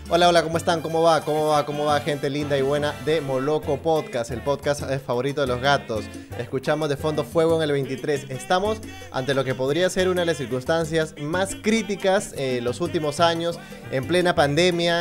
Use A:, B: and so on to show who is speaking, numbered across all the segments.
A: Hola, hola, ¿cómo están? ¿Cómo va? ¿Cómo va, gente linda y buena de Moloco Podcast, el podcast favorito de los gatos? Escuchamos de fondo Fuego en el 23. Estamos ante lo que podría ser una de las circunstancias más críticas los últimos años, en plena pandemia,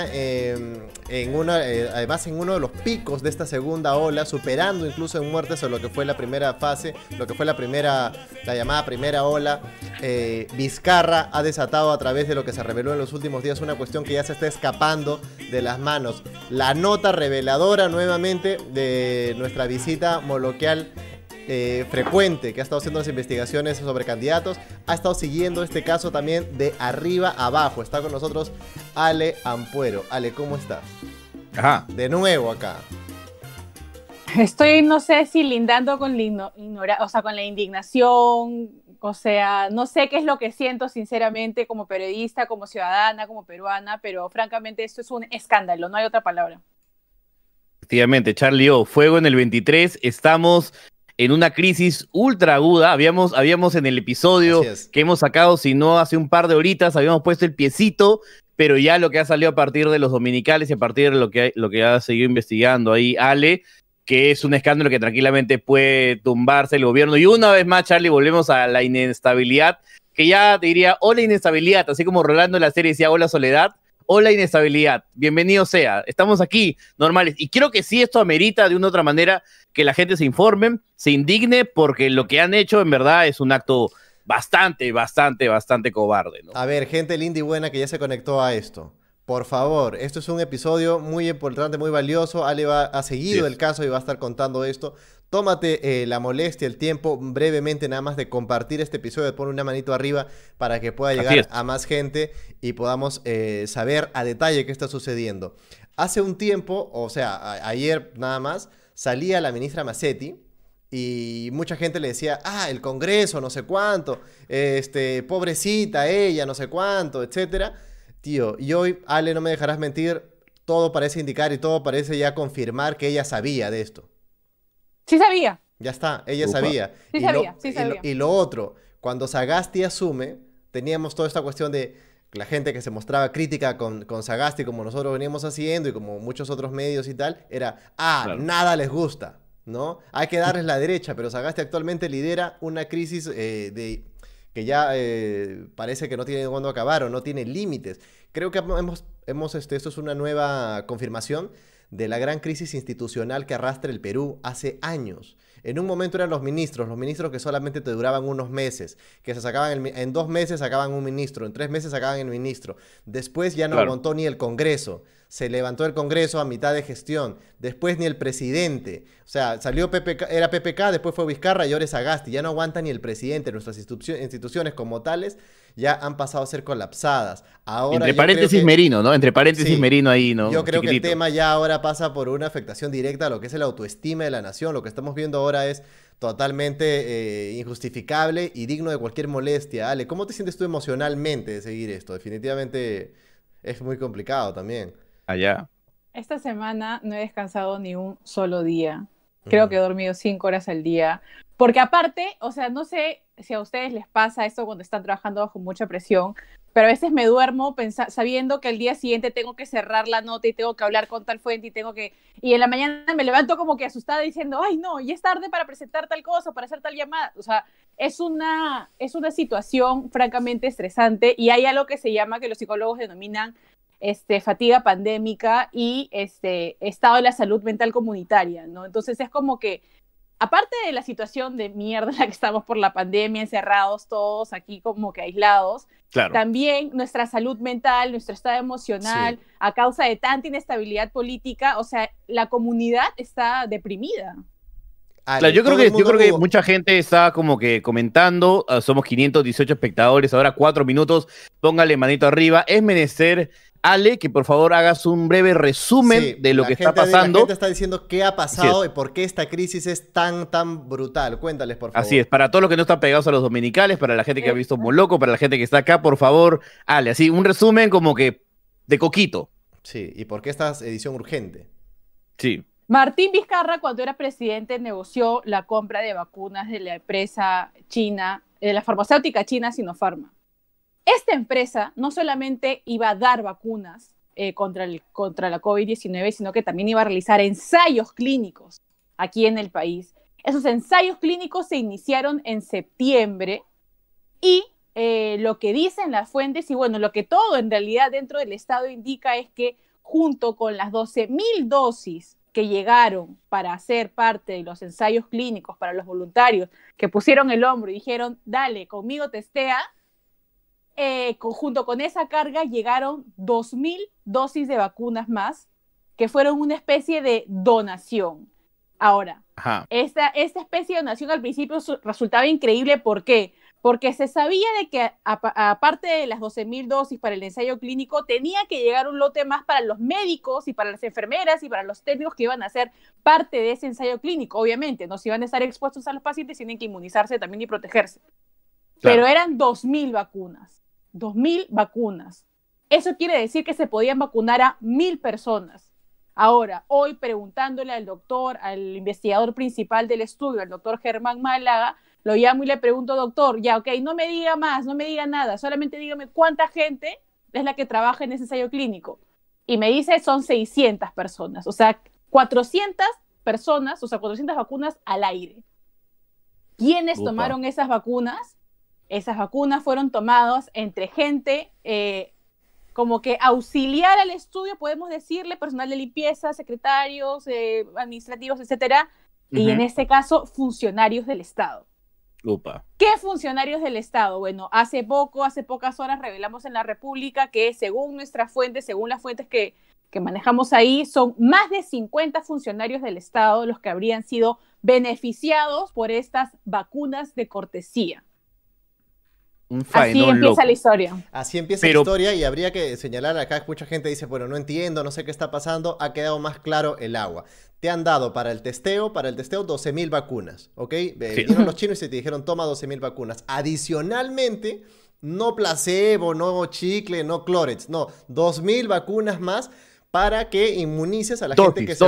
A: además en uno de los picos de esta segunda ola, superando incluso en muertes a lo que fue la primera fase, lo que fue la llamada primera ola. Vizcarra ha desatado a través de lo que se reveló en los últimos días una cuestión que ya se está escapando de las manos. La nota reveladora nuevamente de nuestra visita moloquial frecuente, que ha estado haciendo las investigaciones sobre candidatos, ha estado siguiendo este caso también de arriba a abajo. Está con nosotros Ale Ampuero. Ale, ¿cómo estás?
B: Ajá.
A: De nuevo acá.
C: Estoy, no sé si lindando con con la indignación, o sea, no sé qué es lo que siento sinceramente como periodista, como ciudadana, como peruana, pero francamente esto es un escándalo, no hay otra palabra.
B: Efectivamente, Charlie O, Fuego en el 23, estamos en una crisis ultra aguda. Habíamos en el episodio que hemos sacado, si no hace un par de horitas, habíamos puesto el piecito, pero ya lo que ha salido a partir de los dominicales y a partir de lo que ha seguido investigando ahí Ale, que es un escándalo que tranquilamente puede tumbarse el gobierno. Y una vez más, Charlie, volvemos a la inestabilidad, que ya te diría, hola inestabilidad, así como Rolando en la serie decía, hola soledad, hola inestabilidad, bienvenido sea, estamos aquí, normales. Y creo que sí, esto amerita de una u otra manera que la gente se informe, se indigne, porque lo que han hecho en verdad es un acto bastante cobarde, ¿no?
A: A ver, gente linda y buena que ya se conectó a esto. Por favor, esto es un episodio muy importante, muy valioso. Ale ha seguido el caso y va a estar contando esto. Tómate la molestia, el tiempo, brevemente nada más de compartir este episodio, pon una manito arriba para que pueda llegar a más gente y podamos saber a detalle qué está sucediendo. Hace un tiempo, o sea, ayer nada más, salía la ministra Massetti y mucha gente le decía, el Congreso, no sé cuánto, pobrecita ella, no sé cuánto, etcétera. Tío, y hoy, Ale, no me dejarás mentir, todo parece indicar y todo parece ya confirmar que ella sabía de esto.
C: Sí sabía.
A: Ya está, ella sabía.
C: Sí sabía.
A: Y lo otro, cuando Sagasti asume, teníamos toda esta cuestión de la gente que se mostraba crítica con Sagasti, como nosotros veníamos haciendo y como muchos otros medios y tal, era, claro, nada les gusta, ¿no? Hay que darles la derecha, pero Sagasti actualmente lidera una crisis que ya parece que no tiene cuándo acabar o no tiene límites. Creo que esto es una nueva confirmación de la gran crisis institucional que arrastra el Perú hace años. En un momento eran los ministros que solamente te duraban unos meses, que se sacaban en 2 meses sacaban un ministro, en 3 meses sacaban el ministro. Después ya no aguantó ni el Congreso. Se levantó el Congreso a mitad de gestión. Después ni el presidente. O sea, salió PPK, era PPK, después fue Vizcarra y ahora es Sagasti. Ya no aguanta ni el presidente. Nuestras instituciones como tales ya han pasado a ser colapsadas. Ahora,
B: entre paréntesis Merino, ¿no? Entre paréntesis sí, Merino ahí, ¿no?
A: Yo creo que el tema ya ahora pasa por una afectación directa a lo que es la autoestima de la nación. Lo que estamos viendo ahora es totalmente injustificable y digno de cualquier molestia. Ale, ¿cómo te sientes tú emocionalmente de seguir esto? Definitivamente es muy complicado también.
B: Allá.
C: Esta semana no he descansado ni un solo día. Creo que he dormido 5 horas al día. Porque aparte, o sea, no sé si a ustedes les pasa esto cuando están trabajando bajo mucha presión, pero a veces me duermo sabiendo que el día siguiente tengo que cerrar la nota y tengo que hablar con tal fuente y en la mañana me levanto como que asustada diciendo, ay no, ya es tarde para presentar tal cosa, para hacer tal llamada. O sea, es una situación francamente estresante y hay algo que se llama, que los psicólogos denominan fatiga pandémica y estado de la salud mental comunitaria, ¿no? Entonces es como que, aparte de la situación de mierda en la que estamos por la pandemia, encerrados todos aquí como que aislados, claro, también nuestra salud mental, nuestro estado emocional, sí, a causa de tanta inestabilidad política, o sea, la comunidad está deprimida.
B: Claro, yo creo que mucha gente está como que comentando, somos 518 espectadores, ahora 4 minutos, póngale manito arriba, es menester, Ale, que por favor hagas un breve resumen de lo que está pasando.
A: La gente está diciendo qué ha pasado y por qué esta crisis es tan brutal. Cuéntales, por favor.
B: Así es, para todos los que no están pegados a los dominicales, para la gente que ha visto Moloco, para la gente que está acá, por favor, Ale, así un resumen como que de coquito.
A: Sí, y por qué esta edición urgente.
B: Sí.
C: Martín Vizcarra, cuando era presidente, negoció la compra de vacunas de la empresa china, de la farmacéutica china Sinopharm. Esta empresa no solamente iba a dar vacunas, contra la COVID-19, sino que también iba a realizar ensayos clínicos aquí en el país. Esos ensayos clínicos se iniciaron en septiembre y lo que dicen las fuentes, y bueno, lo que todo en realidad dentro del Estado indica es que junto con las 12.000 dosis que llegaron para hacer parte de los ensayos clínicos para los voluntarios que pusieron el hombro y dijeron, dale, conmigo testea, junto con esa carga llegaron 2.000 dosis de vacunas más, que fueron una especie de donación. Ahora, esta especie de donación al principio resultaba increíble, ¿por qué? Porque se sabía de que aparte de las 12.000 dosis para el ensayo clínico, tenía que llegar un lote más para los médicos y para las enfermeras y para los técnicos que iban a ser parte de ese ensayo clínico. Obviamente, no se iban a estar expuestos a los pacientes, tienen que inmunizarse también y protegerse. Claro. Pero eran 2.000 vacunas. 2.000 vacunas. Eso quiere decir que se podían vacunar a 1.000 personas. Ahora, hoy preguntándole al doctor, al investigador principal del estudio, al doctor Germán Málaga, lo llamo y le pregunto, doctor, ya, ok, no me diga más, no me diga nada, solamente dígame cuánta gente es la que trabaja en ese ensayo clínico. Y me dice, son 600 personas, o sea, 400 personas, o sea, 400 vacunas al aire. ¿Quiénes tomaron esas vacunas? Esas vacunas fueron tomadas entre gente como que auxiliar al estudio, podemos decirle, personal de limpieza, secretarios, administrativos, etcétera, y en este caso, funcionarios del Estado. ¿Qué funcionarios del Estado? Bueno, hace pocas horas revelamos en La República que según nuestras fuentes, según las fuentes que manejamos ahí, son más de 50 funcionarios del Estado los que habrían sido beneficiados por estas vacunas de cortesía. Así empieza la historia.
A: Así empieza la historia, y habría que señalar acá, mucha gente dice, bueno, no entiendo, no sé qué está pasando, ha quedado más claro el agua. Te han dado para el testeo 12.000 vacunas, ¿ok? Vinieron los chinos y te dijeron, toma 12.000 vacunas. Adicionalmente, no placebo, no chicle, no Clorets, no, 2.000 vacunas más para que inmunices a la gente que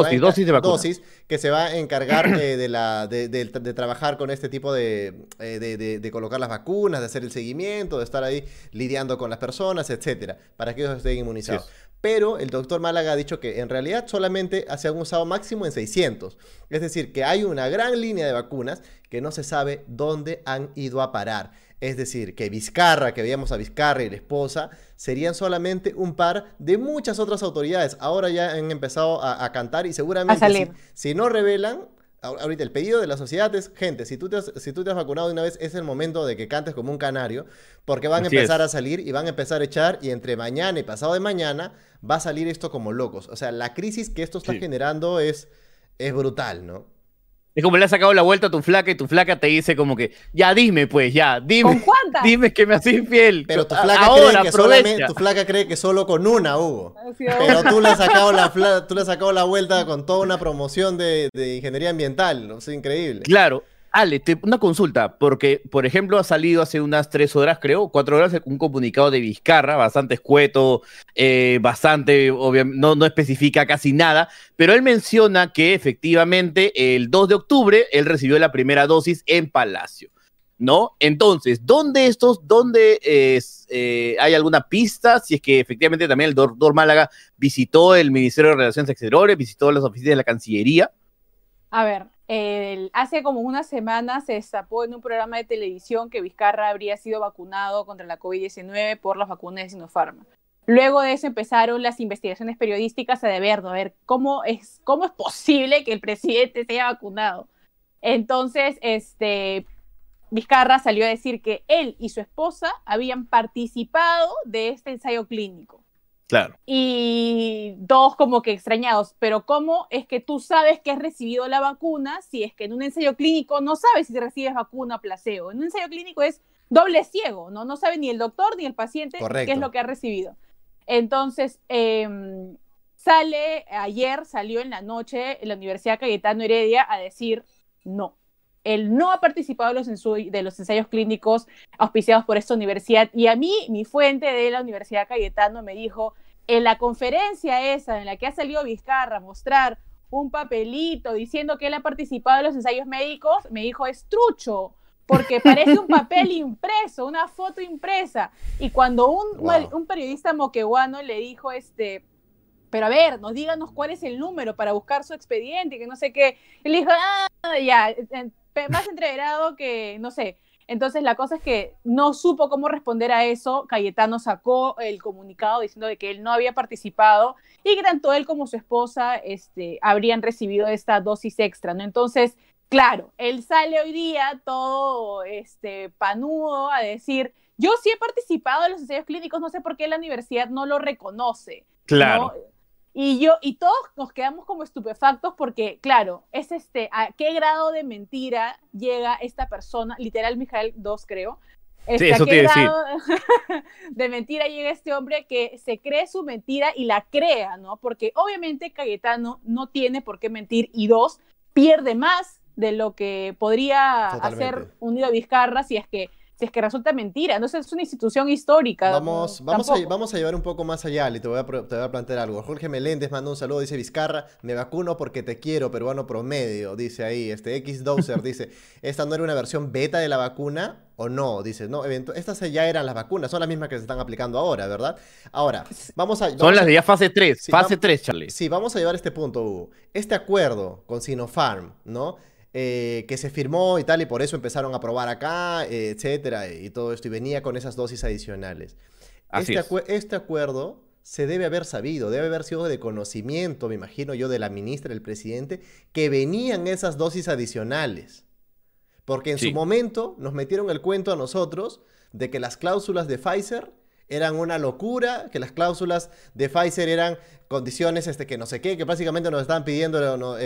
A: se va a encargar de trabajar con este tipo de colocar las vacunas, de hacer el seguimiento, de estar ahí lidiando con las personas, etcétera, para que ellos estén inmunizados. Sí. Pero el doctor Málaga ha dicho que en realidad solamente se han usado máximo en 600. Es decir, que hay una gran línea de vacunas que no se sabe dónde han ido a parar. Es decir, que Vizcarra, que veíamos a Vizcarra y la esposa, serían solamente un par de muchas otras autoridades. Ahora ya han empezado a cantar y seguramente si no revelan, ahorita el pedido de la sociedad es, gente, si tú te has vacunado de una vez, es el momento de que cantes como un canario, porque van a empezar a salir y van a empezar a echar, y entre mañana y pasado de mañana va a salir esto como locos. O sea, la crisis que esto está generando es brutal, ¿no?
B: Es como le has sacado la vuelta a tu flaca y tu flaca te dice como que, ya dime pues, ya, dime.
C: ¿Con cuántas?
B: Dime que me haces infiel.
A: Pero tu flaca cree que solo con una, Hugo. Pero tú le has sacado la vuelta con toda una promoción de ingeniería ambiental, ¿no? Es increíble.
B: Claro. Ale, una consulta, porque, por ejemplo, ha salido hace unas 3 horas, creo, 4 horas, un comunicado de Vizcarra, bastante escueto, bastante, obviamente, no especifica casi nada, pero él menciona que efectivamente el 2 de octubre él recibió la primera dosis en Palacio, ¿no? Entonces, ¿dónde hay alguna pista? Si es que efectivamente también el doctor Málaga visitó el Ministerio de Relaciones Exteriores, visitó las oficinas de la Cancillería.
C: A ver, hace como una semana se destapó en un programa de televisión que Vizcarra habría sido vacunado contra la COVID-19 por las vacunas de Sinopharm. Luego de eso empezaron las investigaciones periodísticas a ver cómo es posible que el presidente se haya vacunado. Entonces, Vizcarra salió a decir que él y su esposa habían participado de este ensayo clínico.
B: Claro.
C: Y todos como que extrañados, pero ¿cómo es que tú sabes que has recibido la vacuna si es que en un ensayo clínico no sabes si recibes vacuna o placebo? En un ensayo clínico es doble ciego, no sabe ni el doctor ni el paciente qué es lo que ha recibido. Entonces, salió en la noche en la Universidad Cayetano Heredia a decir no. Él no ha participado de los ensayos clínicos auspiciados por esta universidad, y a mí, mi fuente de la Universidad Cayetano me dijo, en la conferencia esa en la que ha salido Vizcarra a mostrar un papelito diciendo que él ha participado de los ensayos médicos, me dijo, es trucho, porque parece un papel impreso, una foto impresa. Y cuando un periodista moqueguano le dijo, pero a ver, díganos cuál es el número para buscar su expediente, que no sé qué. Y le dijo, ya, más entreverado que, no sé. Entonces la cosa es que no supo cómo responder a eso. Cayetano sacó el comunicado diciendo de que él no había participado y que tanto él como su esposa habrían recibido esta dosis extra, ¿no? Entonces, claro, él sale hoy día todo panudo a decir, yo sí he participado en los ensayos clínicos, no sé por qué la universidad no lo reconoce.
B: Claro.
C: ¿No? Y todos nos quedamos como estupefactos porque, claro, es a qué grado de mentira llega esta persona, literal Mijael 2 creo,
B: sí, eso
C: a qué grado
B: de
C: mentira llega este hombre que se cree su mentira y la crea, ¿no? Porque obviamente Cayetano no tiene por qué mentir y dos, pierde más de lo que podría hacer Unido Vizcarra si es que resulta mentira. Entonces es una institución histórica.
A: Vamos a llevar un poco más allá, y te voy a plantear algo. Jorge Meléndez manda un saludo, dice: Vizcarra, me vacuno porque te quiero, peruano promedio, dice ahí. X-Dozer dice: ¿esta no era una versión beta de la vacuna o no? Dice, no, estas ya eran las vacunas, son las mismas que se están aplicando ahora, ¿verdad? Ahora, son
B: las de ya fase 3,
A: sí,
B: fase 3, Charlie.
A: Sí, vamos a llevar este punto, Hugo. Este acuerdo con Sinopharm, ¿no? Que se firmó y tal, y por eso empezaron a probar acá, etcétera, y todo esto, y venía con esas dosis adicionales. Este acuerdo se debe haber sabido, debe haber sido de conocimiento, me imagino yo, de la ministra, del presidente, que venían esas dosis adicionales. Porque en su momento nos metieron el cuento a nosotros de que las cláusulas de Pfizer eran una locura, que las cláusulas de Pfizer eran condiciones que no sé qué, que básicamente nos estaban pidiendo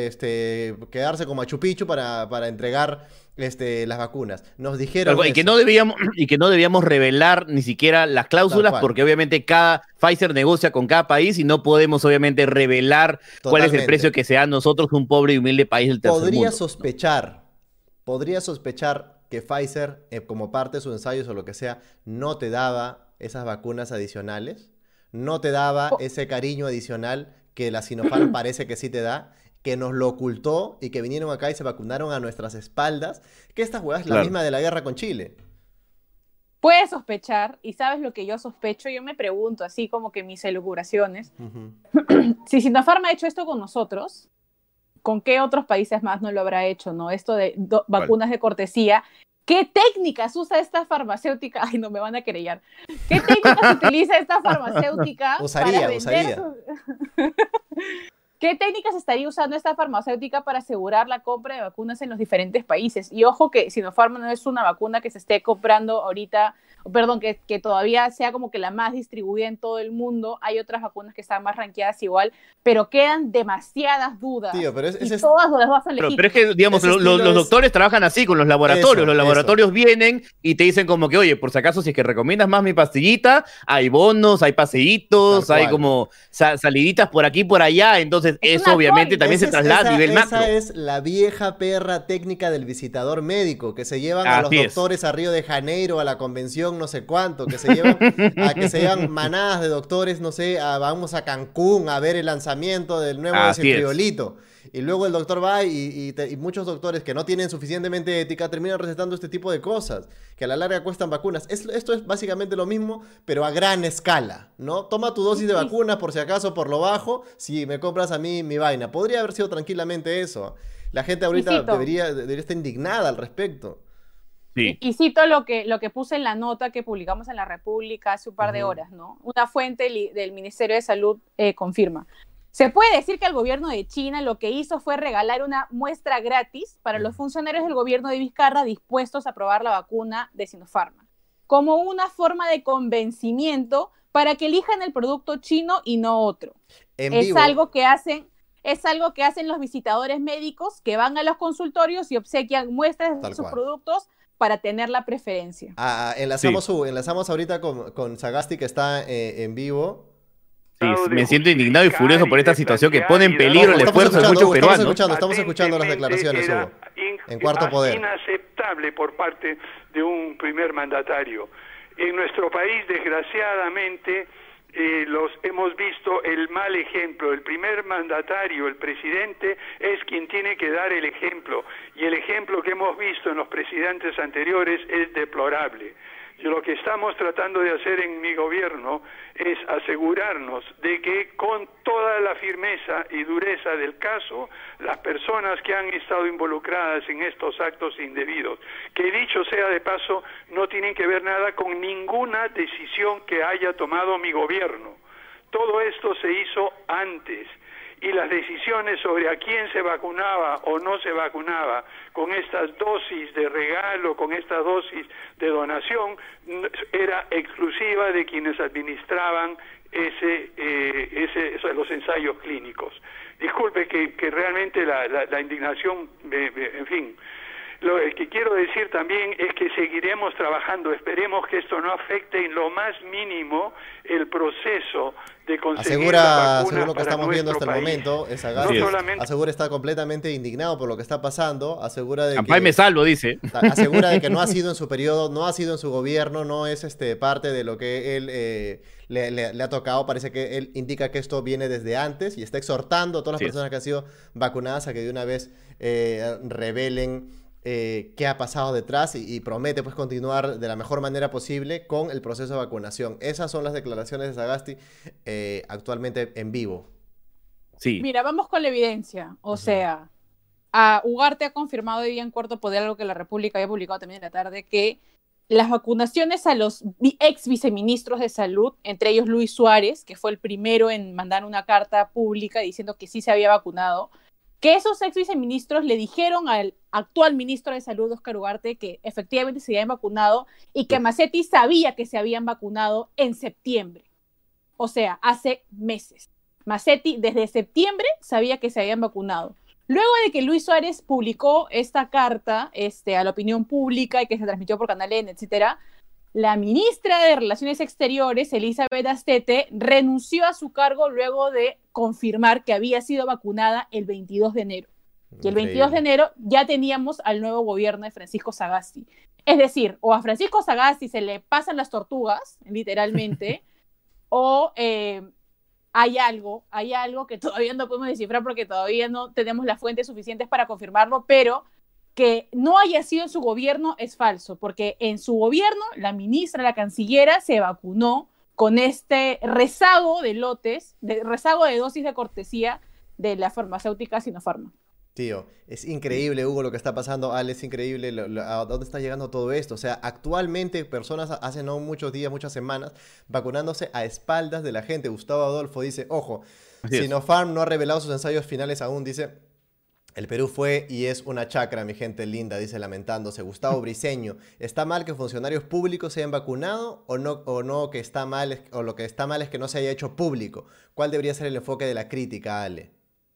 A: quedarse como Machu Picchu para entregar las vacunas. Nos dijeron
B: y que no debíamos revelar ni siquiera las cláusulas, porque obviamente cada Pfizer negocia con cada país y no podemos obviamente revelar cuál es el precio que se da a nosotros, un pobre y humilde país del tercer mundo.
A: Podría sospechar que Pfizer, como parte de sus ensayos o lo que sea, no te daba esas vacunas adicionales, no te daba ese cariño adicional que la Sinopharm parece que sí te da, que nos lo ocultó y que vinieron acá y se vacunaron a nuestras espaldas, que esta hueá es la misma de la guerra con Chile.
C: Puedes sospechar, y ¿sabes lo que yo sospecho? Yo me pregunto, así como que mis elucubraciones, si Sinopharm ha hecho esto con nosotros, ¿con qué otros países más no lo habrá hecho, no? Esto de vacunas de cortesía. ¿Qué técnicas usa esta farmacéutica? Ay, no me van a querellar. ¿Qué técnicas utiliza esta farmacéutica para vender ¿Qué técnicas estaría usando esta farmacéutica para asegurar la compra de vacunas en los diferentes países? Y ojo que Sinopharm no es una vacuna que se esté comprando ahorita, perdón, que todavía sea como que la más distribuida en todo el mundo. Hay otras vacunas que están más rankeadas igual, pero quedan demasiadas dudas.
A: Tío, pero
C: todas las basan legítimas.
B: Pero es que, digamos, los doctores trabajan así con los laboratorios. Los laboratorios vienen y te dicen como que, oye, por si acaso, si es que recomiendas más mi pastillita, hay bonos, hay paseitos, hay como saliditas por aquí y por allá. Entonces, eso obviamente también se traslada a nivel macro.
A: Esa es la vieja perra técnica del visitador médico, que se llevan a los doctores a Río de Janeiro, a la convención no sé cuánto, que se llevan manadas de doctores, no sé, vamos a Cancún a ver el lanzamiento del nuevo desenfriolito. Y luego el doctor va y muchos doctores que no tienen suficientemente ética terminan recetando este tipo de cosas, que a la larga cuestan vacunas. Esto es básicamente lo mismo, pero a gran escala, ¿no? Toma tu dosis de vacuna por si acaso, por lo bajo, si me compras a mí mi vaina. Podría haber sido tranquilamente eso. La gente ahorita debería estar indignada al respecto.
B: Sí.
C: Y cito lo que puse en la nota que publicamos en La República hace un par de horas, ¿no? Una fuente del Ministerio de Salud confirma. Se puede decir que el gobierno de China lo que hizo fue regalar una muestra gratis para los funcionarios del gobierno de Vizcarra dispuestos a probar la vacuna de Sinopharm, como una forma de convencimiento para que elijan el producto chino y no otro. Es algo que hacen los visitadores médicos que van a los consultorios y obsequian muestras de sus productos para tener la preferencia.
A: Enlazamos ahorita con Sagasti, que está en vivo.
B: Sí, me siento indignado y furioso por esta situación que pone en peligro el esfuerzo de muchos peruanos.
A: Estamos escuchando las declaraciones, Hugo, en Cuarto Poder.
D: Inaceptable por parte de un primer mandatario. En nuestro país, desgraciadamente, hemos visto el mal ejemplo. El primer mandatario, el presidente, es quien tiene que dar el ejemplo. Y el ejemplo que hemos visto en los presidentes anteriores es deplorable. Y lo que estamos tratando de hacer en mi gobierno es asegurarnos de que con toda la firmeza y dureza del caso, las personas que han estado involucradas en estos actos indebidos, que dicho sea de paso, no tienen que ver nada con ninguna decisión que haya tomado mi gobierno. Todo esto se hizo antes. Y las decisiones sobre a quién se vacunaba o no se vacunaba con estas dosis de regalo, con estas dosis de donación, era exclusiva de quienes administraban los ensayos clínicos. Disculpe que realmente la indignación, en fin. Lo que quiero decir también es que seguiremos trabajando, esperemos que esto no afecte en lo más mínimo el proceso de conseguir la vacuna.
A: Según lo que estamos viendo hasta el momento, Sagasti
D: no solamente...
A: asegura estar completamente indignado por lo que está pasando, asegura de
B: Campay me salvo, dice.
A: Asegura de que no ha sido en su periodo, no ha sido en su gobierno, no es parte de lo que él le ha tocado. Parece que él indica que esto viene desde antes y está exhortando a todas las personas que han sido vacunadas a que de una vez revelen qué ha pasado detrás y promete pues continuar de la mejor manera posible con el proceso de vacunación. Esas son las declaraciones de Sagasti actualmente en vivo.
B: Sí.
C: Mira, vamos con la evidencia. O sea, Ugarte ha confirmado hoy día en Cuarto Poder, algo que la República había publicado también en la tarde, que las vacunaciones a los ex viceministros de salud, entre ellos Luis Suárez, que fue el primero en mandar una carta pública diciendo que sí se había vacunado, que esos ex viceministros le dijeron al actual ministro de Salud, Óscar Ugarte, que efectivamente se habían vacunado y que Mazzetti sabía que se habían vacunado en septiembre. O sea, hace meses. Mazzetti desde septiembre sabía que se habían vacunado. Luego de que Luis Suárez publicó esta carta a la opinión pública y que se transmitió por Canal N, etcétera, la ministra de Relaciones Exteriores, Elizabeth Astete, renunció a su cargo luego de confirmar que había sido vacunada el 22 de enero. Y el 22 de enero ya teníamos al nuevo gobierno de Francisco Sagasti. Es decir, o a Francisco Sagasti se le pasan las tortugas, literalmente, o hay algo que todavía no podemos descifrar porque todavía no tenemos las fuentes suficientes para confirmarlo, pero que no haya sido en su gobierno es falso, porque en su gobierno la ministra, la cancillera, se vacunó con este rezago de lotes, rezago de dosis de cortesía de la farmacéutica Sinopharm.
A: Tío, es increíble, Hugo, lo que está pasando. Ale, es increíble a dónde está llegando todo esto. O sea, actualmente personas hace no muchos días, muchas semanas, vacunándose a espaldas de la gente. Gustavo Adolfo dice, ojo, Sinopharm no ha revelado sus ensayos finales aún, dice... El Perú fue y es una chacra, mi gente linda, dice lamentándose. Gustavo Briceño, ¿está mal que funcionarios públicos se hayan vacunado o no que está mal, o lo que está mal es que no se haya hecho público? ¿Cuál debería ser el enfoque de la crítica, Ale?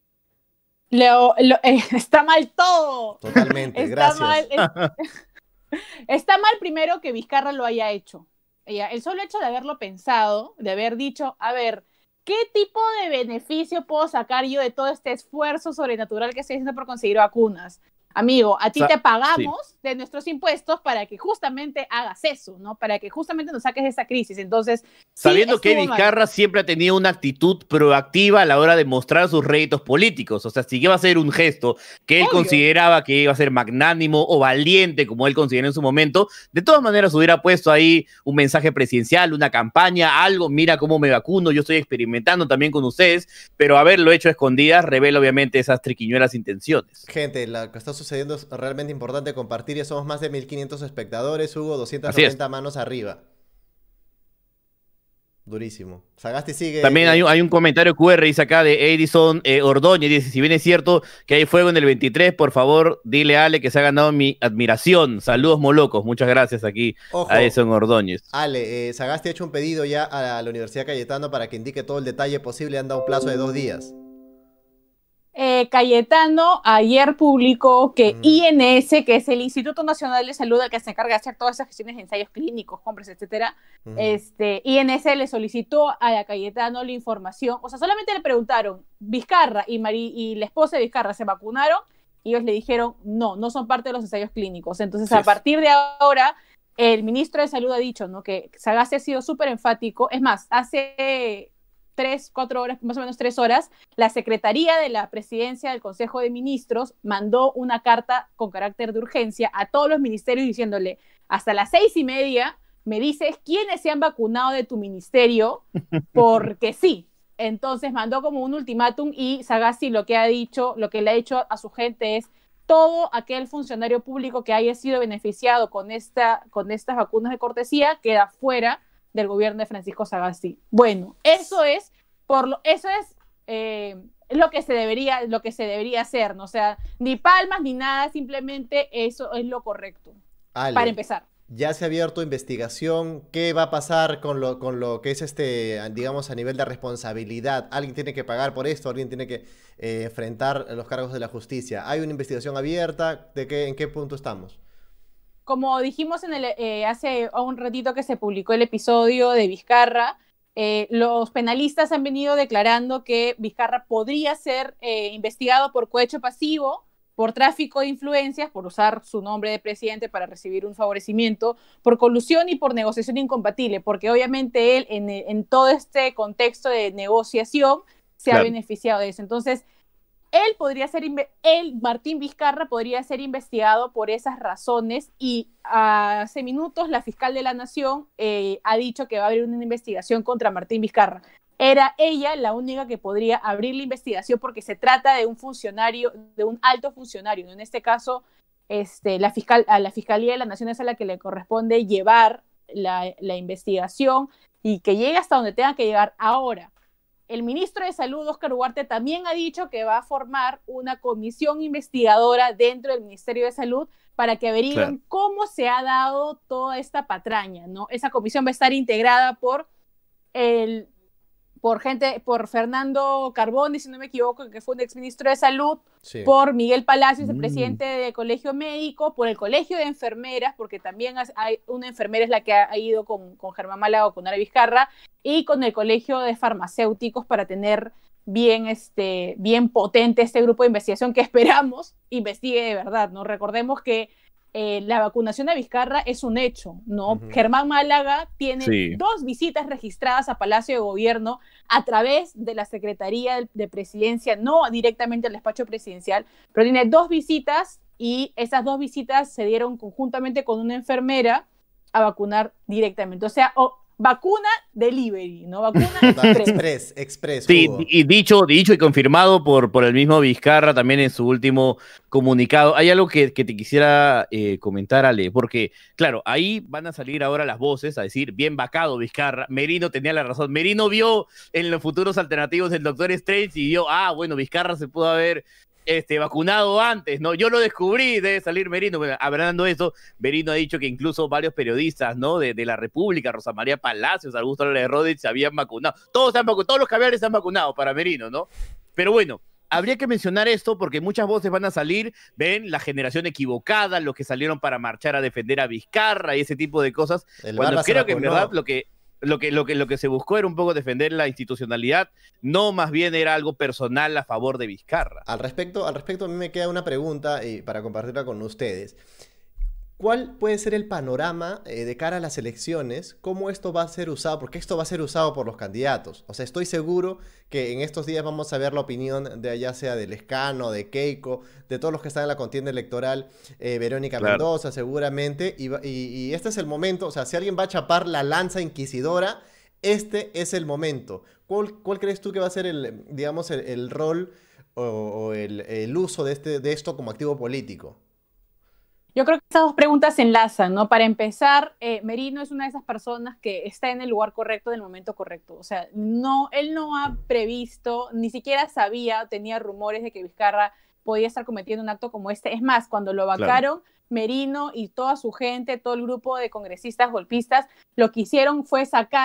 C: Está mal todo.
A: Totalmente, gracias.
C: Está mal primero que Vizcarra lo haya hecho. El solo hecho de haberlo pensado, de haber dicho, a ver, ¿qué tipo de beneficio puedo sacar yo de todo este esfuerzo sobrenatural que estoy haciendo por conseguir vacunas? Amigo, a ti te pagamos de nuestros impuestos para que justamente hagas eso, ¿no? Para que justamente nos saques de esa crisis. Entonces,
B: sabiendo que Vizcarra siempre ha tenido una actitud proactiva a la hora de mostrar sus réditos políticos. O sea, si iba a ser un gesto que él consideraba que iba a ser magnánimo o valiente, como él consideró en su momento, de todas maneras hubiera puesto ahí un mensaje presidencial, una campaña, algo, mira cómo me vacuno, yo estoy experimentando también con ustedes, pero haberlo hecho a escondidas revela obviamente esas triquiñuelas intenciones.
A: Gente, lo que está sucediendo es realmente importante compartir. Ya somos más de 1.500 espectadores, Hugo, 290 manos arriba. Durísimo. Sagasti sigue.
B: También hay un comentario QR, dice acá, de Edison Ordóñez. Dice, si bien es cierto que hay fuego en el 23, por favor, dile a Ale que se ha ganado mi admiración. Saludos, molocos. Muchas gracias aquí. Ojo, a Edison Ordóñez.
A: Ale, Sagasti ha hecho un pedido ya a la Universidad Cayetano para que indique todo el detalle posible. Han dado un plazo de 2 días.
C: Cayetano ayer publicó que INS, que es el Instituto Nacional de Salud, el que se encarga de hacer todas esas gestiones de ensayos clínicos, compras, etcétera, INS le solicitó a Cayetano la información. O sea, solamente le preguntaron, Vizcarra y la esposa de Vizcarra ¿se vacunaron? Y ellos le dijeron, no son parte de los ensayos clínicos. Entonces, a partir de ahora, el ministro de Salud ha dicho, ¿no?, que Sagasti ha sido súper enfático. Es más, hace 4 horas, más o menos 3 horas, la Secretaría de la Presidencia del Consejo de Ministros mandó una carta con carácter de urgencia a todos los ministerios diciéndole, hasta las 6:30 me dices quiénes se han vacunado de tu ministerio, porque sí. Entonces mandó como un ultimátum y Sagasti lo que ha dicho, lo que le ha dicho a su gente es: todo aquel funcionario público que haya sido beneficiado con estas vacunas de cortesía queda fuera del gobierno de Francisco Sagasti. Bueno, eso es lo que se debería hacer, ¿no? O sea, ni palmas ni nada, simplemente eso es lo correcto.
A: Ale,
C: para empezar.
A: Ya se ha abierto investigación. ¿Qué va a pasar con lo que es digamos, a nivel de responsabilidad? ¿Alguien tiene que pagar por esto? ¿Alguien tiene que enfrentar los cargos de la justicia? ¿Hay una investigación abierta? ¿En qué punto estamos?
C: Como dijimos hace un ratito que se publicó el episodio de Vizcarra, los penalistas han venido declarando que Vizcarra podría ser investigado por cohecho pasivo, por tráfico de influencias, por usar su nombre de presidente para recibir un favorecimiento, por colusión y por negociación incompatible, porque obviamente él en todo este contexto de negociación se ha beneficiado de eso. Entonces, Martín Vizcarra podría ser investigado por esas razones, y hace minutos la fiscal de la Nación ha dicho que va a haber una investigación contra Martín Vizcarra. Era ella la única que podría abrir la investigación porque se trata de un funcionario, de un alto funcionario, ¿no? En este caso, a la Fiscalía de la Nación es a la que le corresponde llevar la investigación y que llegue hasta donde tenga que llegar. Ahora, el ministro de Salud, Óscar Ugarte, también ha dicho que va a formar una comisión investigadora dentro del Ministerio de Salud para que averigüen cómo se ha dado toda esta patraña, ¿no? Esa comisión va a estar integrada por Fernando Carboni, si no me equivoco, que fue un exministro de Salud, por Miguel Palacios, el presidente del Colegio Médico, por el Colegio de Enfermeras, porque también hay una enfermera es la que ha ido con Germán Málaga o con Ara Vizcarra, y con el Colegio de Farmacéuticos para tener bien potente este grupo de investigación que esperamos investigue de verdad, ¿no? Recordemos que la vacunación a Vizcarra es un hecho, ¿no? Germán Málaga tiene 2 visitas registradas a Palacio de Gobierno a través de la Secretaría de Presidencia, no directamente al despacho presidencial, pero tiene 2 visitas, y esas 2 visitas se dieron conjuntamente con una enfermera a vacunar directamente. O sea, vacuna delivery, ¿no? Vacuna
A: express.
B: Sí, y dicho y confirmado por el mismo Vizcarra también en su último comunicado. Hay algo que te quisiera comentar, Ale, porque, claro, ahí van a salir ahora las voces a decir: bien vacado Vizcarra, Merino tenía la razón. Merino vio en los futuros alternativos del Doctor Strange y vio, bueno, Vizcarra se pudo haber vacunado antes, ¿no? Yo lo descubrí, debe salir Merino. Bueno, hablando de eso, Merino ha dicho que incluso varios periodistas, ¿no? De la República, Rosa María Palacios, Augusto Álvarez Rodríguez, se habían vacunado. Todos los caviares se han vacunado para Merino, ¿no? Pero bueno, habría que mencionar esto porque muchas voces van a salir, ven la generación equivocada, los que salieron para marchar a defender a Vizcarra y ese tipo de cosas. Cuando creo que en verdad lo que se buscó era un poco defender la institucionalidad, no más bien era algo personal a favor de Vizcarra.
A: Al respecto a mí me queda una pregunta para compartirla con ustedes. ¿Cuál puede ser el panorama de cara a las elecciones? ¿Cómo esto va a ser usado? Porque esto va a ser usado por los candidatos. O sea, estoy seguro que en estos días vamos a ver la opinión de ya sea de Lescano, de Keiko, de todos los que están en la contienda electoral, Verónica Mendoza seguramente, y este es el momento. O sea, si alguien va a chapar la lanza inquisidora, este es el momento. ¿Cuál crees tú que va a ser el rol o el uso de esto como activo político?
C: Yo creo que estas 2 preguntas se enlazan, ¿no? Para empezar, Merino es una de esas personas que está en el lugar correcto en el momento correcto. O sea, él no ha previsto, ni siquiera tenía rumores de que Vizcarra podía estar cometiendo un acto como este. Es más, cuando lo vacaron, Merino y toda su gente, todo el grupo de congresistas golpistas, lo que hicieron fue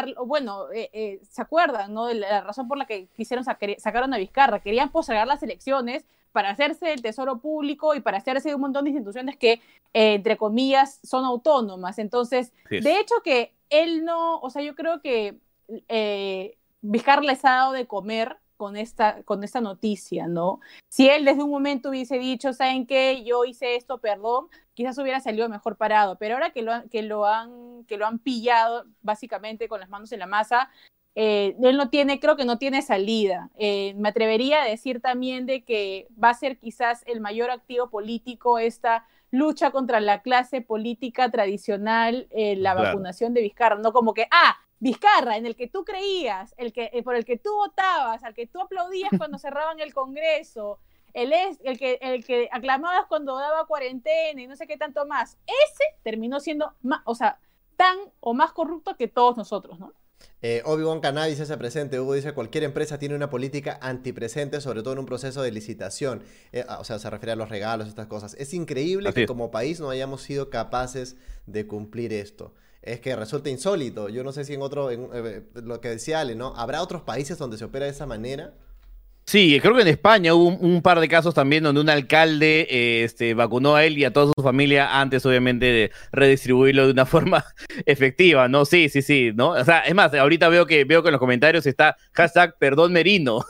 C: ¿se acuerdan, no? De la razón por la que sacaron a Vizcarra. Querían postergar las elecciones para hacerse del tesoro público y para hacerse de un montón de instituciones que, entre comillas, son autónomas. Entonces, de hecho que él no, o sea, yo creo que Vizcarra les ha dado de comer con esta noticia, ¿no? Si él desde un momento hubiese dicho, ¿saben qué? Yo hice esto, perdón, quizás hubiera salido mejor parado, pero ahora que lo han pillado básicamente con las manos en la masa, él creo que no tiene salida. Me atrevería a decir también de que va a ser quizás el mayor activo político esta lucha contra la clase política tradicional, la
B: Claro.
C: vacunación de Vizcarra, no como que, Vizcarra, en el que tú creías, por el que tú votabas, al que tú aplaudías cuando cerraban el Congreso, el que aclamabas cuando daba cuarentena y no sé qué tanto más, ese terminó siendo más, o sea, tan o más corrupto que todos nosotros, ¿no?
A: Obi-Wan Cannabis se hace presente. Hugo dice, cualquier empresa tiene una política antipresente, sobre todo en un proceso de licitación. O sea, se refiere a los regalos, estas cosas. Es increíble
B: Así
A: que
B: es.
A: como país no hayamos sido capaces de cumplir esto. Es que resulta insólito. Yo no sé si lo que decía Ale, ¿no? ¿Habrá otros países donde se opera de esa manera?
B: Sí, creo que en España hubo un par de casos también donde un alcalde vacunó a él y a toda su familia antes, obviamente, de redistribuirlo de una forma efectiva, ¿no? Sí, ¿no? O sea, es más, ahorita veo que en los comentarios está #perdón Merino.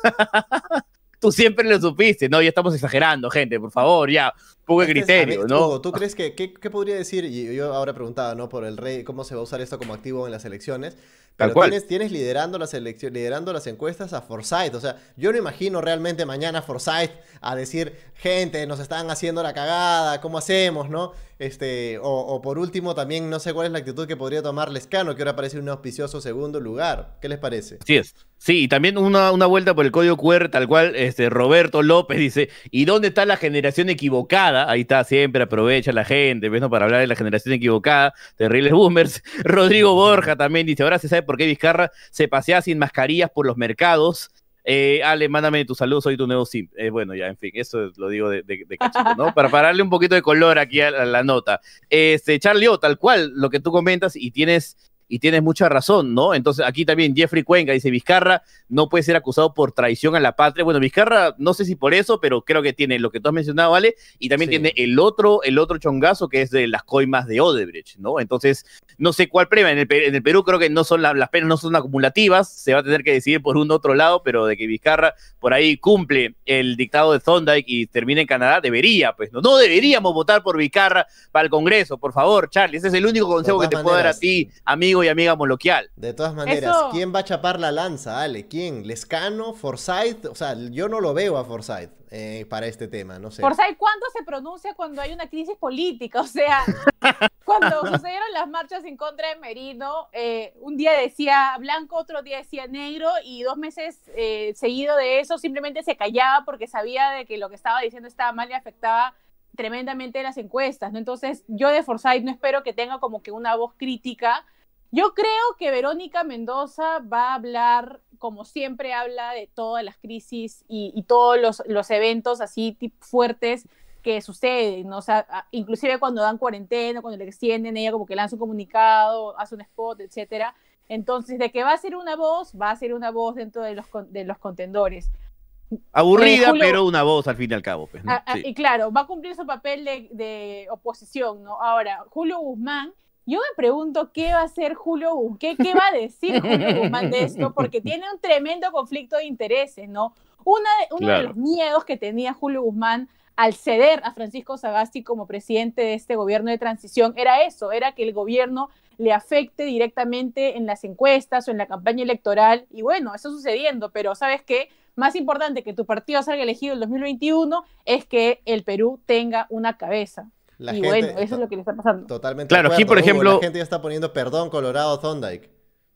B: Tú siempre lo supiste, ¿no? Ya estamos exagerando, gente, por favor, ya, un poco de criterio, ¿no?
A: Hugo, ¿tú crees qué podría decir? Y yo ahora preguntaba, ¿no? Por el rey, ¿cómo se va a usar esto como activo en las elecciones?
B: Tal
A: Pero
B: cual.
A: tienes liderando liderando las encuestas a Forsyth. O sea, yo no imagino realmente mañana Forsyth a decir, gente, nos están haciendo la cagada, ¿cómo hacemos, no? O por último, también no sé cuál es la actitud que podría tomar Lescano, que ahora parece un auspicioso segundo lugar. ¿Qué les parece?
B: Así es. Sí, y también una vuelta por el código QR, tal cual, Roberto López dice, ¿y dónde está la generación equivocada? Ahí está, siempre aprovecha la gente, ¿ves, no? Para hablar de la generación equivocada, terribles boomers. Rodrigo Borja también dice, ahora se sabe por qué Vizcarra se pasea sin mascarillas por los mercados. Ale, mándame tu saludo, soy tu nuevo sim. Bueno, ya, en fin, eso lo digo de cachito, ¿no? Para darle un poquito de color aquí a la nota. Charlie O, tal cual, lo que tú comentas, y tienes mucha razón, ¿no? Entonces, aquí también Jeffrey Cuenca dice, Vizcarra no puede ser acusado por traición a la patria. Bueno, Vizcarra, no sé si por eso, pero creo que tiene lo que tú has mencionado, ¿vale? Y también
A: Sí.
B: tiene el otro chongazo que es de las coimas de Odebrecht, ¿no? Entonces, no sé cuál premio. En el Perú creo que no son las penas no son acumulativas, se va a tener que decidir por un otro lado, pero de que Vizcarra por ahí cumple el dictado de Thorndike y termina en Canadá, debería, pues, no deberíamos votar por Vizcarra para el Congreso, por favor, Charlie, ese es el único consejo que te puedo dar a ti, amigo y amiga moloquial.
A: De todas maneras,
C: Eso-
A: ¿quién va a chapar la lanza, Ale? ¿Quién? ¿Lescano? ¿Forsyth? O sea, yo no lo veo a Forsyth para este tema, no sé.
C: Forsyth, ¿cuándo se pronuncia cuando hay una crisis política? O sea, cuando sucedieron las marchas en contra de Merino, un día decía blanco, otro día decía negro, y 2 meses seguido de eso simplemente se callaba porque sabía de que lo que estaba diciendo estaba mal y afectaba tremendamente las encuestas, ¿no? Entonces, yo de Forsyth no espero que tenga como que una voz crítica. Yo creo que Verónica Mendoza va a hablar, como siempre habla, de todas las crisis y todos los eventos así fuertes que suceden, ¿no? O sea, inclusive cuando dan cuarentena, cuando le extienden, ella como que lanza un comunicado, hace un spot, etcétera. Entonces, de que va a ser una voz dentro de los contendores.
B: Aburrida,
C: Julio,
B: pero una voz al fin y al cabo, pues, ¿no? Sí.
C: Y claro, va a cumplir su papel de oposición, ¿no? Ahora, Julio Guzmán, yo me pregunto qué va a hacer Julio Guzmán, qué va a decir Julio Guzmán de esto, porque tiene un tremendo conflicto de intereses, ¿no? Uno de los miedos que tenía Julio Guzmán al ceder a Francisco Sagasti como presidente de este gobierno de transición era eso, era que el gobierno le afecte directamente en las encuestas o en la campaña electoral, y bueno, eso sucediendo, pero ¿sabes qué? Más importante que tu partido salga elegido en el 2021 es que el Perú tenga una cabeza.
A: La
C: y
A: gente,
C: bueno, eso es lo que le está pasando.
A: Totalmente.
B: Claro,
A: de
B: aquí, por
A: Hugo,
B: ejemplo-
A: la gente ya está poniendo perdón Colorado Thorndike.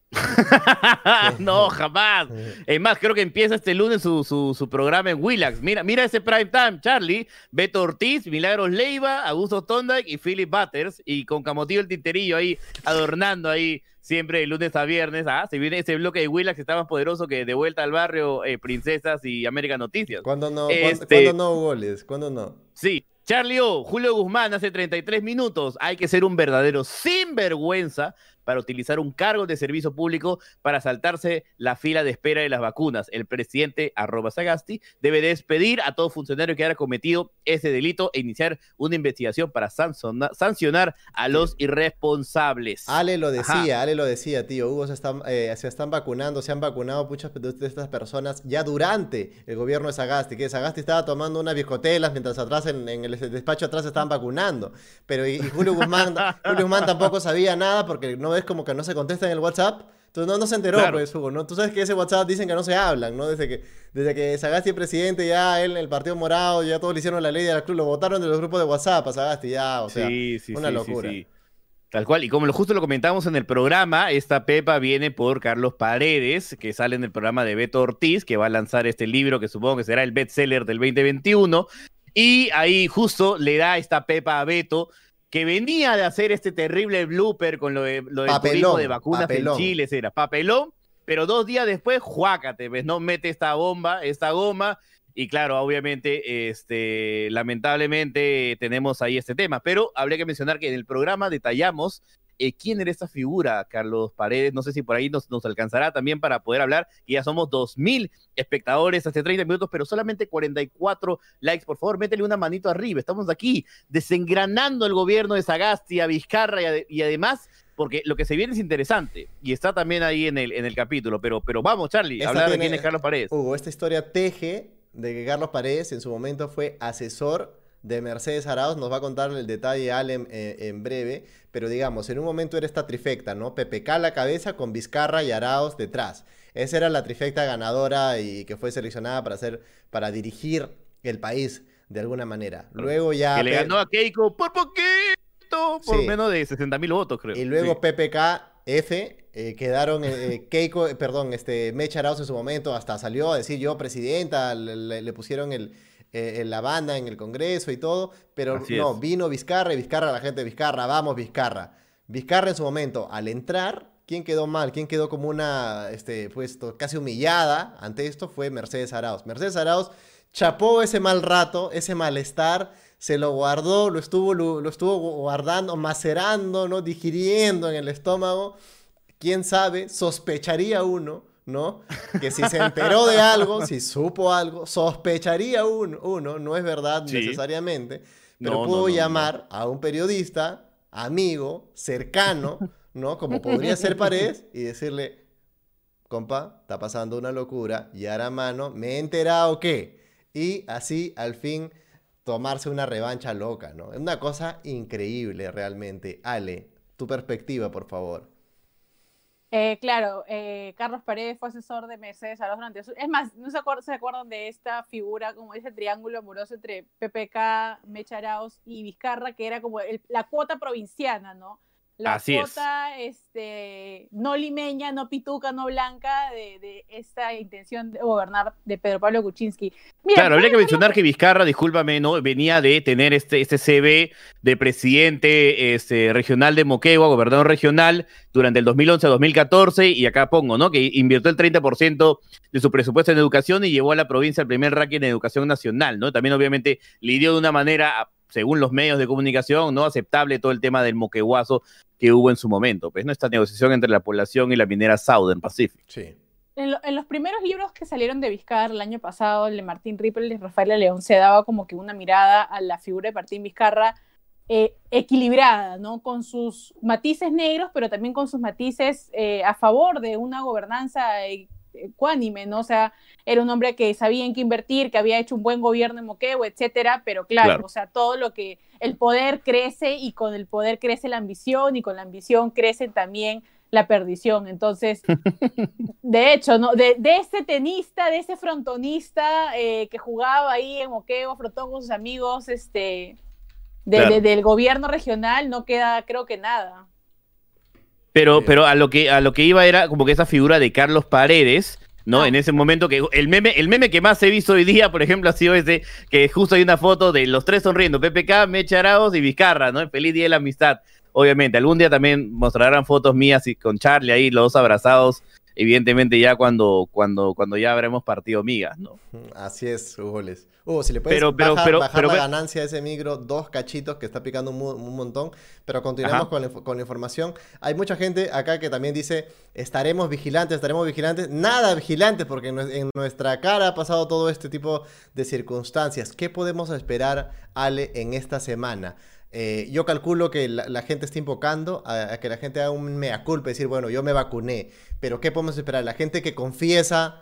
B: No, jamás. Es más, creo que empieza este lunes su programa en Willax. Mira ese prime time, Charlie. Beto Ortiz, Milagros Leiva, Augusto Thorndike y Philip Butters. Y con Camotillo el Tinterillo ahí, adornando ahí siempre de lunes a viernes. Se viene ese bloque de Willax que está más poderoso que De Vuelta al Barrio, Princesas y América Noticias.
A: ¿Cuándo no,
B: Este-
A: ¿cuándo no, goles? ¿Cuándo no?
B: Sí. Charlie O, Julio Guzmán hace 33 minutos. Hay que ser un verdadero sinvergüenza para utilizar un cargo de servicio público para saltarse la fila de espera de las vacunas. El presidente, @Sagasti, debe despedir a todo funcionario que haya cometido ese delito e iniciar una investigación para sancionar a los irresponsables.
A: Ale lo decía, tío. Hugo, se están vacunando, se han vacunado muchas de estas personas ya durante el gobierno de Sagasti, que Sagasti estaba tomando unas biscotelas mientras atrás en el despacho atrás se estaban vacunando. Pero y Julio Guzmán tampoco sabía nada porque no es como que no se contesta en el WhatsApp. Entonces no se enteró, claro. Pues, Hugo, ¿no? Tú sabes que ese WhatsApp dicen que no se hablan, ¿no? Desde que Sagasti es presidente, ya él, el Partido Morado, ya todos le hicieron la ley de la club, lo votaron de los grupos de WhatsApp a Sagasti, ya, o sea, una locura. Sí.
B: Tal cual, y como justo lo comentábamos en el programa, esta pepa viene por Carlos Paredes, que sale en el programa de Beto Ortiz, que va a lanzar este libro, que supongo que será el bestseller del 2021, y ahí justo le da esta pepa a Beto, que venía de hacer este terrible blooper con lo del turismo de vacunas en Chile, era papelón, pero 2 días después, juácate, ¿ves? No mete esta goma, y claro, obviamente, lamentablemente tenemos ahí este tema, pero habría que mencionar que en el programa detallamos quién era esta figura, Carlos Paredes. No sé si por ahí nos alcanzará también para poder hablar, y ya somos 2000 espectadores hace 30 minutos, pero solamente 44 likes. Por favor, métele una manito arriba, estamos aquí desengranando el gobierno de Sagasti, a Vizcarra y además, porque lo que se viene es interesante, y está también ahí en el capítulo, pero vamos, Charlie, a hablar de quién es Carlos Paredes.
A: Hugo, esta historia teje de que Carlos Paredes en su momento fue asesor de Mercedes Arauz. Nos va a contar el detalle Ale en breve, pero digamos, en un momento era esta trifecta, ¿no? PPK a la cabeza con Vizcarra y Arauz detrás. Esa era la trifecta ganadora y que fue seleccionada para dirigir el país de alguna manera. Luego ya...
B: Que le ganó a Keiko por poquito, por menos de 60.000 votos, creo.
A: Y luego PPK-F... quedaron Keiko, perdón, Mecha Arauz en su momento hasta salió a decir yo presidenta, le pusieron la banda en el Congreso y todo, pero vino Vizcarra y Vizcarra, la gente de Vizcarra, vamos Vizcarra. Vizcarra en su momento, al entrar, ¿quién quedó mal? ¿Quién quedó como una, pues casi humillada ante esto? Fue Mercedes Arauz. Mercedes Arauz chapó ese mal rato, ese malestar, se lo guardó, lo estuvo guardando, macerando, ¿no? Digiriendo en el estómago. ¿Quién sabe? Sospecharía uno, ¿no? Que si se enteró de algo, si supo algo, sospecharía uno, no es verdad necesariamente, pero pudo llamar a un periodista, amigo, cercano, ¿no? Como podría ser Paredes, y decirle, compa, está pasando una locura, y ahora mano, me he enterado que, y así al fin tomarse una revancha loca, ¿no? Es una cosa increíble realmente. Ale, tu perspectiva, por favor.
C: Claro, Carlos Paredes fue asesor de Mercedes Arauz durante su... Es más, ¿no se acuerdan de esta figura, como ese triángulo amoroso entre PPK, Mecha Arauz y Vizcarra, que era como la cuota provinciana, ¿no? La cuota no limeña, no pituca, no blanca de esta intención de gobernar de Pedro Pablo Kuczynski.
B: Mira, claro, habría que mencionar que Vizcarra, discúlpame, ¿no? Venía de tener este CV de presidente regional de Moquegua, gobernador regional, durante el 2011 a 2014, y acá pongo, ¿no? Que invirtió el 30% de su presupuesto en educación y llevó a la provincia al primer ranking en educación nacional, ¿no? También, obviamente, lidió de una manera, según los medios de comunicación, no aceptable todo el tema del moqueguazo que hubo en su momento, pues, ¿no? Esta negociación entre la población y la minera Southern Pacific.
A: Sí.
C: En los primeros libros que salieron de Vizcarra el año pasado, el de Martín Rippel y Rafael León, se daba como que una mirada a la figura de Martín Vizcarra equilibrada, ¿no? Con sus matices negros, pero también con sus matices a favor de una gobernanza ecuánime, ¿no? O sea, era un hombre que sabía en qué invertir, que había hecho un buen gobierno en Moquegua, etcétera, pero claro, o sea, todo lo que el poder crece, y con el poder crece la ambición, y con la ambición crece también la perdición. Entonces, de hecho, ¿no? De ese tenista, de ese frontonista que jugaba ahí en Moquegua, frotó con sus amigos, del gobierno regional, no queda, creo que nada.
B: Pero a lo que iba era como que esa figura de Carlos Paredes, ¿no? En ese momento, que el meme que más he visto hoy día, por ejemplo, ha sido ese, que justo hay una foto de los tres sonriendo, PPK, Mecha Arauz y Vizcarra, ¿no? Feliz Día de la Amistad. Obviamente, algún día también mostrarán fotos mías y con Charlie ahí, los dos abrazados, evidentemente ya cuando ya habremos partido migas, ¿no?
A: Así es, Hugo. Hugo, si le puedes bajar la ganancia de ese micro, 2 cachitos, que está picando un montón, pero continuamos con la información. Hay mucha gente acá que también dice, estaremos vigilantes, nada vigilantes, porque en nuestra cara ha pasado todo este tipo de circunstancias. ¿Qué podemos esperar, Ale, en esta semana? Yo calculo que la gente está invocando a que la gente haga un mea culpa y decir, bueno, yo me vacuné, pero ¿qué podemos esperar? La gente que confiesa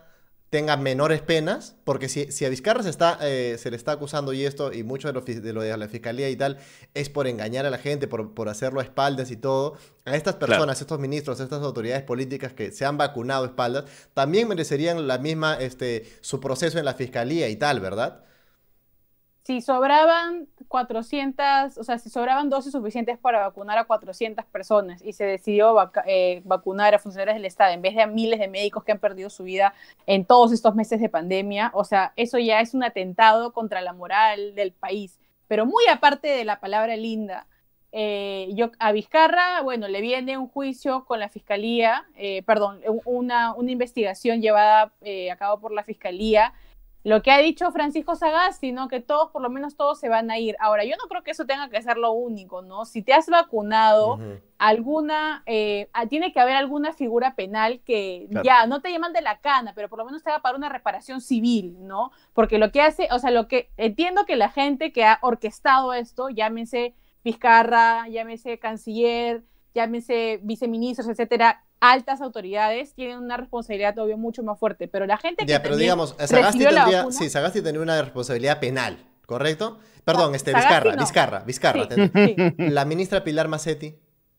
A: tenga menores penas, porque si a Vizcarra se le está acusando y esto, y mucho de lo de la fiscalía y tal, es por engañar a la gente, por hacerlo a espaldas y todo, a estas personas, estos ministros, estas autoridades políticas que se han vacunado a espaldas, también merecerían la misma, su proceso en la fiscalía y tal, ¿verdad?
C: Si sobraban 400, o sea, si sobraban dosis suficientes para vacunar a 400 personas y se decidió vacunar a funcionarios del Estado en vez de a miles de médicos que han perdido su vida en todos estos meses de pandemia, o sea, eso ya es un atentado contra la moral del país. Pero muy aparte de la palabra linda, a Vizcarra, bueno, le viene un juicio con la fiscalía, una investigación llevada a cabo por la fiscalía. Lo que ha dicho Francisco Sagasti, ¿no? Que todos, por lo menos todos se van a ir. Ahora, yo no creo que eso tenga que ser lo único, ¿no? Si te has vacunado, tiene que haber alguna figura penal que ya no te llaman de la cana, pero por lo menos te haga para una reparación civil, ¿no? Porque lo que hace, o sea, entiendo que la gente que ha orquestado esto, llámense Vizcarra, llámese canciller, llámese viceministros, etcétera, altas autoridades tienen una responsabilidad obvio mucho más fuerte, pero la gente que
A: ya, pero digamos, Sagasti tendría una responsabilidad penal, ¿correcto? Perdón, Vizcarra. Sí. La ministra Pilar Macetti.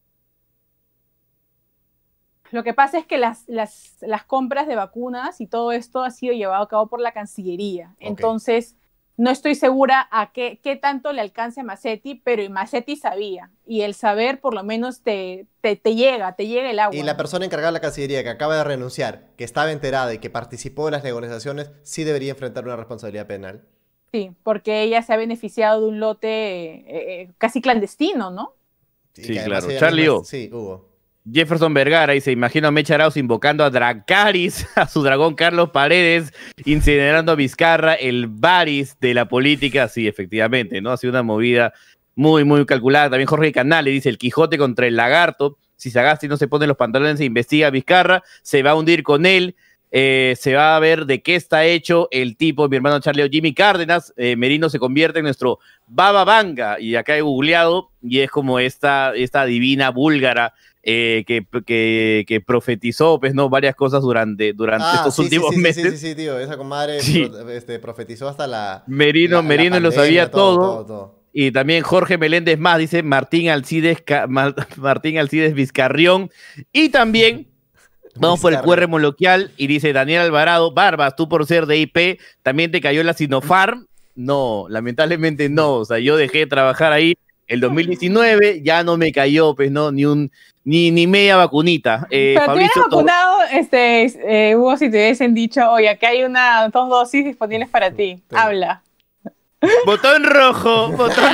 C: Lo que pasa es que las compras de vacunas y todo esto ha sido llevado a cabo por la Cancillería. Okay. Entonces, no estoy segura a qué tanto le alcance a Macetti, pero Macetti sabía. Y el saber por lo menos te llega el agua.
A: Y la persona encargada de la Cancillería que acaba de renunciar, que estaba enterada y que participó de las negociaciones, sí debería enfrentar una responsabilidad penal.
C: Sí, porque ella se ha beneficiado de un lote casi clandestino, ¿no?
B: Sí, claro. Charlie O.
A: Sí, Hugo.
B: Jefferson Vergara dice, imagino a Mecha Arauz invocando a Dracarys, a su dragón Carlos Paredes, incinerando a Vizcarra, el Varys de la política. Sí, efectivamente, ¿no? Ha sido una movida muy, muy calculada. También Jorge Canale dice, el Quijote contra el lagarto. Si Sagasti no se pone los pantalones e investiga a Vizcarra, se va a hundir con él. Se va a ver de qué está hecho el tipo, mi hermano Charlie o Jimmy Cárdenas. Merino se convierte en nuestro Baba Vanga. Y acá he googleado y es como esta divina búlgara que profetizó, pues, ¿no? Varias cosas durante estos últimos meses.
A: Sí, tío. Esa comadre profetizó hasta la...
B: Merino lo sabía todo. Y también Jorge Meléndez más, dice Martín Alcides Vizcarrión. Y también... Vamos por el QR moloquial y dice Daniel Alvarado, Barbas, tú por ser de IP, ¿también te cayó la Sinopharm? No, lamentablemente no, o sea, yo dejé de trabajar ahí el 2019, ya no me cayó, pues no, ni media vacunita.
C: Pero
B: Fabricio,
C: te hubieras vacunado, Hugo, si te hubiesen dicho, oye, acá hay 2 dosis disponibles para ti, habla.
B: Botón rojo.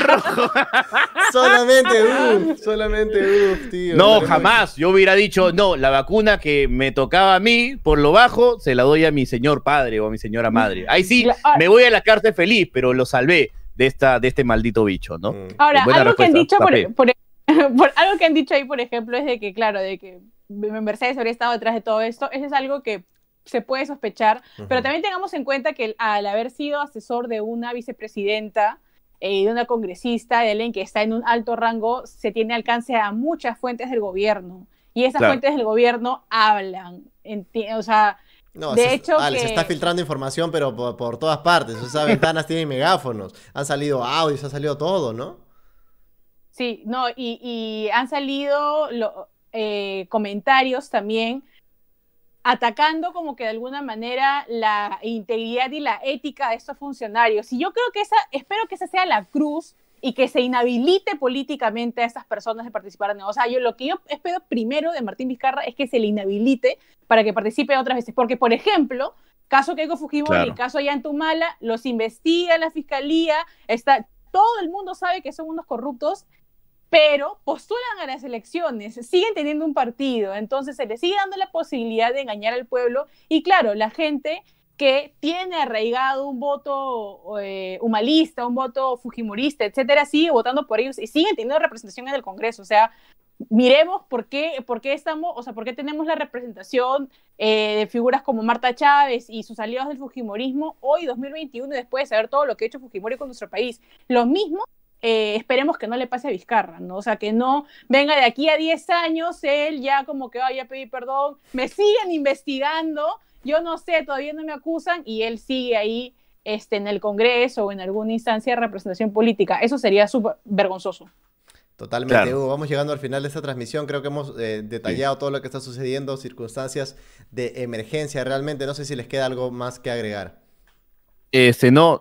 A: Solamente tío.
B: No, jamás. Yo hubiera dicho, no, la vacuna que me tocaba a mí, por lo bajo, se la doy a mi señor padre o a mi señora madre. Ahí sí, me voy a la cárcel feliz, pero lo salvé de este maldito bicho, ¿no?
C: Ahora, algo que han dicho algo que han dicho ahí, por ejemplo, es de que, claro, de que Mercedes habría estado detrás de todo esto. Eso es algo que se puede sospechar, pero también tengamos en cuenta que al haber sido asesor de una vicepresidenta y de una congresista, de alguien que está en un alto rango, se tiene alcance a muchas fuentes del gobierno, y esas fuentes del gobierno hablan, o sea,
A: no,
C: de hecho
A: se está filtrando información, pero por todas partes. Esas ventanas tienen megáfonos, han salido audios, ha salido todo, ¿no?
C: Sí, no, y han salido comentarios también atacando como que de alguna manera la integridad y la ética de estos funcionarios. Y yo creo que espero que esa sea la cruz y que se inhabilite políticamente a estas personas de participar en el... O sea, lo que yo espero primero de Martín Vizcarra es que se le inhabilite para que participe otras veces. Porque, por ejemplo, caso Keiko Fujimori, el caso Ollantumala, los investiga la fiscalía, todo el mundo sabe que son unos corruptos, pero postulan a las elecciones, siguen teniendo un partido, entonces se les sigue dando la posibilidad de engañar al pueblo, y claro, la gente que tiene arraigado un voto humanista, un voto fujimorista, etcétera, sigue votando por ellos y siguen teniendo representación en el Congreso. O sea, miremos por qué estamos, o sea, por qué tenemos la representación de figuras como Marta Chávez y sus aliados del fujimorismo hoy, 2021, y después de saber todo lo que ha hecho Fujimori con nuestro país. Lo mismo esperemos que no le pase a Vizcarra, ¿no? O sea, que no venga de aquí a 10 años, él ya como que, ya pedí perdón, me siguen investigando yo no sé, todavía no me acusan, y él sigue ahí en el Congreso o en alguna instancia de representación política. Eso sería súper vergonzoso.
A: Totalmente,
B: Claro.
A: Hugo. Vamos llegando al final de esta transmisión. Creo que hemos detallado todo lo que está sucediendo, circunstancias de emergencia realmente. No sé si les queda algo más que agregar.
B: No,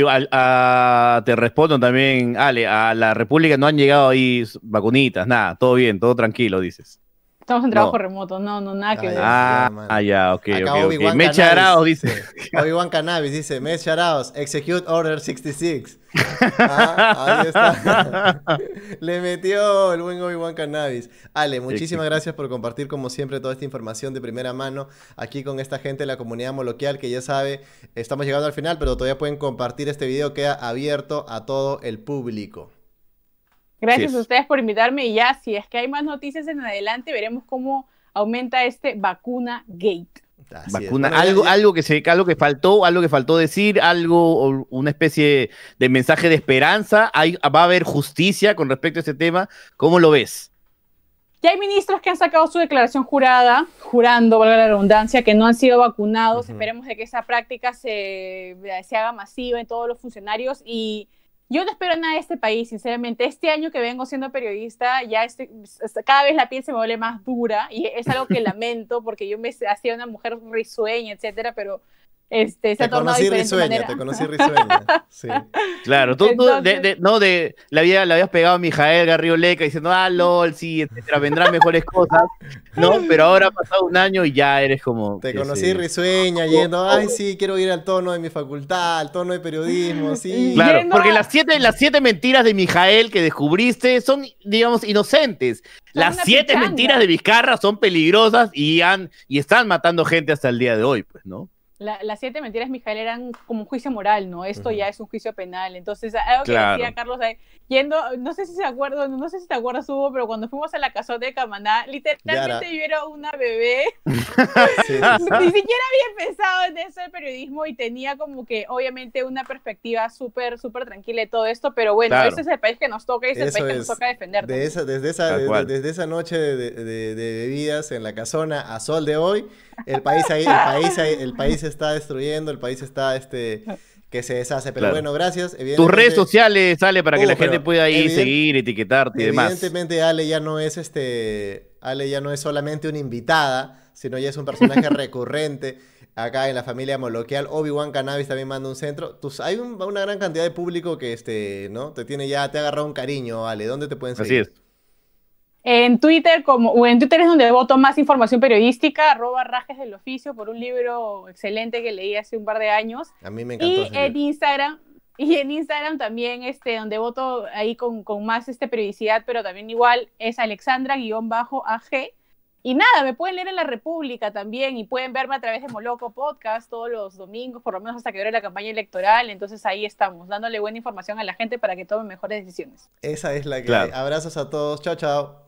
B: te respondo también, Ale, a la República no han llegado ahí vacunitas, nada, todo bien, todo tranquilo, dices.
C: Estamos en trabajo
B: No.
C: remoto, no, nada que ver.
A: Ya, mano.
B: Ya, ok,
A: Acá
B: ok.
A: Obi-Wan
B: Mecha
A: Cannabis,
B: Arauz dice.
A: sí. Obi-Wan Cannabis dice, Mecha Arauz, execute order 66. Ahí está. Le metió el buen Obi-Wan Cannabis. Ale, muchísimas gracias por compartir como siempre toda esta información de primera mano aquí con esta gente de la comunidad moloquial que ya sabe, estamos llegando al final, pero todavía pueden compartir este video, queda abierto a todo el público.
C: Gracias a ustedes por invitarme y ya, si es que hay más noticias en adelante, veremos cómo aumenta vacuna gate.
B: Vacuna, algo que faltó decir, una especie de mensaje de esperanza, va a haber justicia con respecto a este tema, ¿cómo lo ves?
C: Ya hay ministros que han sacado su declaración jurando, valga la redundancia, que no han sido vacunados. Esperemos de que esa práctica se haga masiva en todos los funcionarios y yo no espero nada de este país, sinceramente. Este año que vengo siendo periodista, cada vez la piel se me vuelve más dura y es algo que lamento porque yo me hacía una mujer risueña, etcétera, pero se ha tornado diferente manera.
A: Te conocí risueña, sí.
B: Claro, tú le habías pegado a Mijael Garrido Leca diciendo, LOL, sí, etcétera, vendrán mejores cosas, ¿no? Pero ahora ha pasado un año y ya eres como...
A: Te conocí risueña, yendo, ay, sí, quiero ir al tono de mi facultad, al tono de periodismo, sí.
B: Claro, porque las siete mentiras de Mijael que descubriste son, digamos, inocentes. Las 7 mentiras de Vizcarra son peligrosas y están matando gente hasta el día de hoy, pues, ¿no?
C: Las 7 mentiras, Mijael, eran como un juicio moral, ¿no? Esto ya es un juicio penal. Entonces, algo que decía Carlos, no sé si te acuerdas, Hugo, pero cuando fuimos a la casota de Camaná, literalmente yo era una bebé. Sí. Ni siquiera había pensado en eso del periodismo y tenía como que, obviamente, una perspectiva súper tranquila de todo esto, pero bueno, ese es el país que nos toca y es el país que nos toca defender.
A: Desde esa noche de bebidas en la casona a sol de hoy, el país se está destruyendo, el país está que se deshace, pero bueno, gracias.
B: Tus redes sociales, Ale, para que la gente pueda ahí seguir, etiquetarte y demás.
A: Evidentemente Ale ya no es solamente una invitada, sino ya es un personaje recurrente acá en la familia Moloquial. Obi-Wan Cannabis también manda un centro. Hay una gran cantidad de público que ¿no? te ha agarrado un cariño, Ale. ¿Dónde te pueden seguir?
B: Así es.
C: En Twitter es donde voto más información periodística, @rajesdeloficio, por un libro excelente que leí hace un par de años.
A: A mí me encantó.
C: Y en Instagram también, donde voto ahí con más periodicidad, pero también igual es Alexandra_AG. Y nada, me pueden leer en La República también y pueden verme a través de Moloco Podcast todos los domingos, por lo menos hasta que dure la campaña electoral. Entonces ahí estamos, dándole buena información a la gente para que tome mejores decisiones.
A: Esa es la que hay. Abrazos a todos. Chao, chao.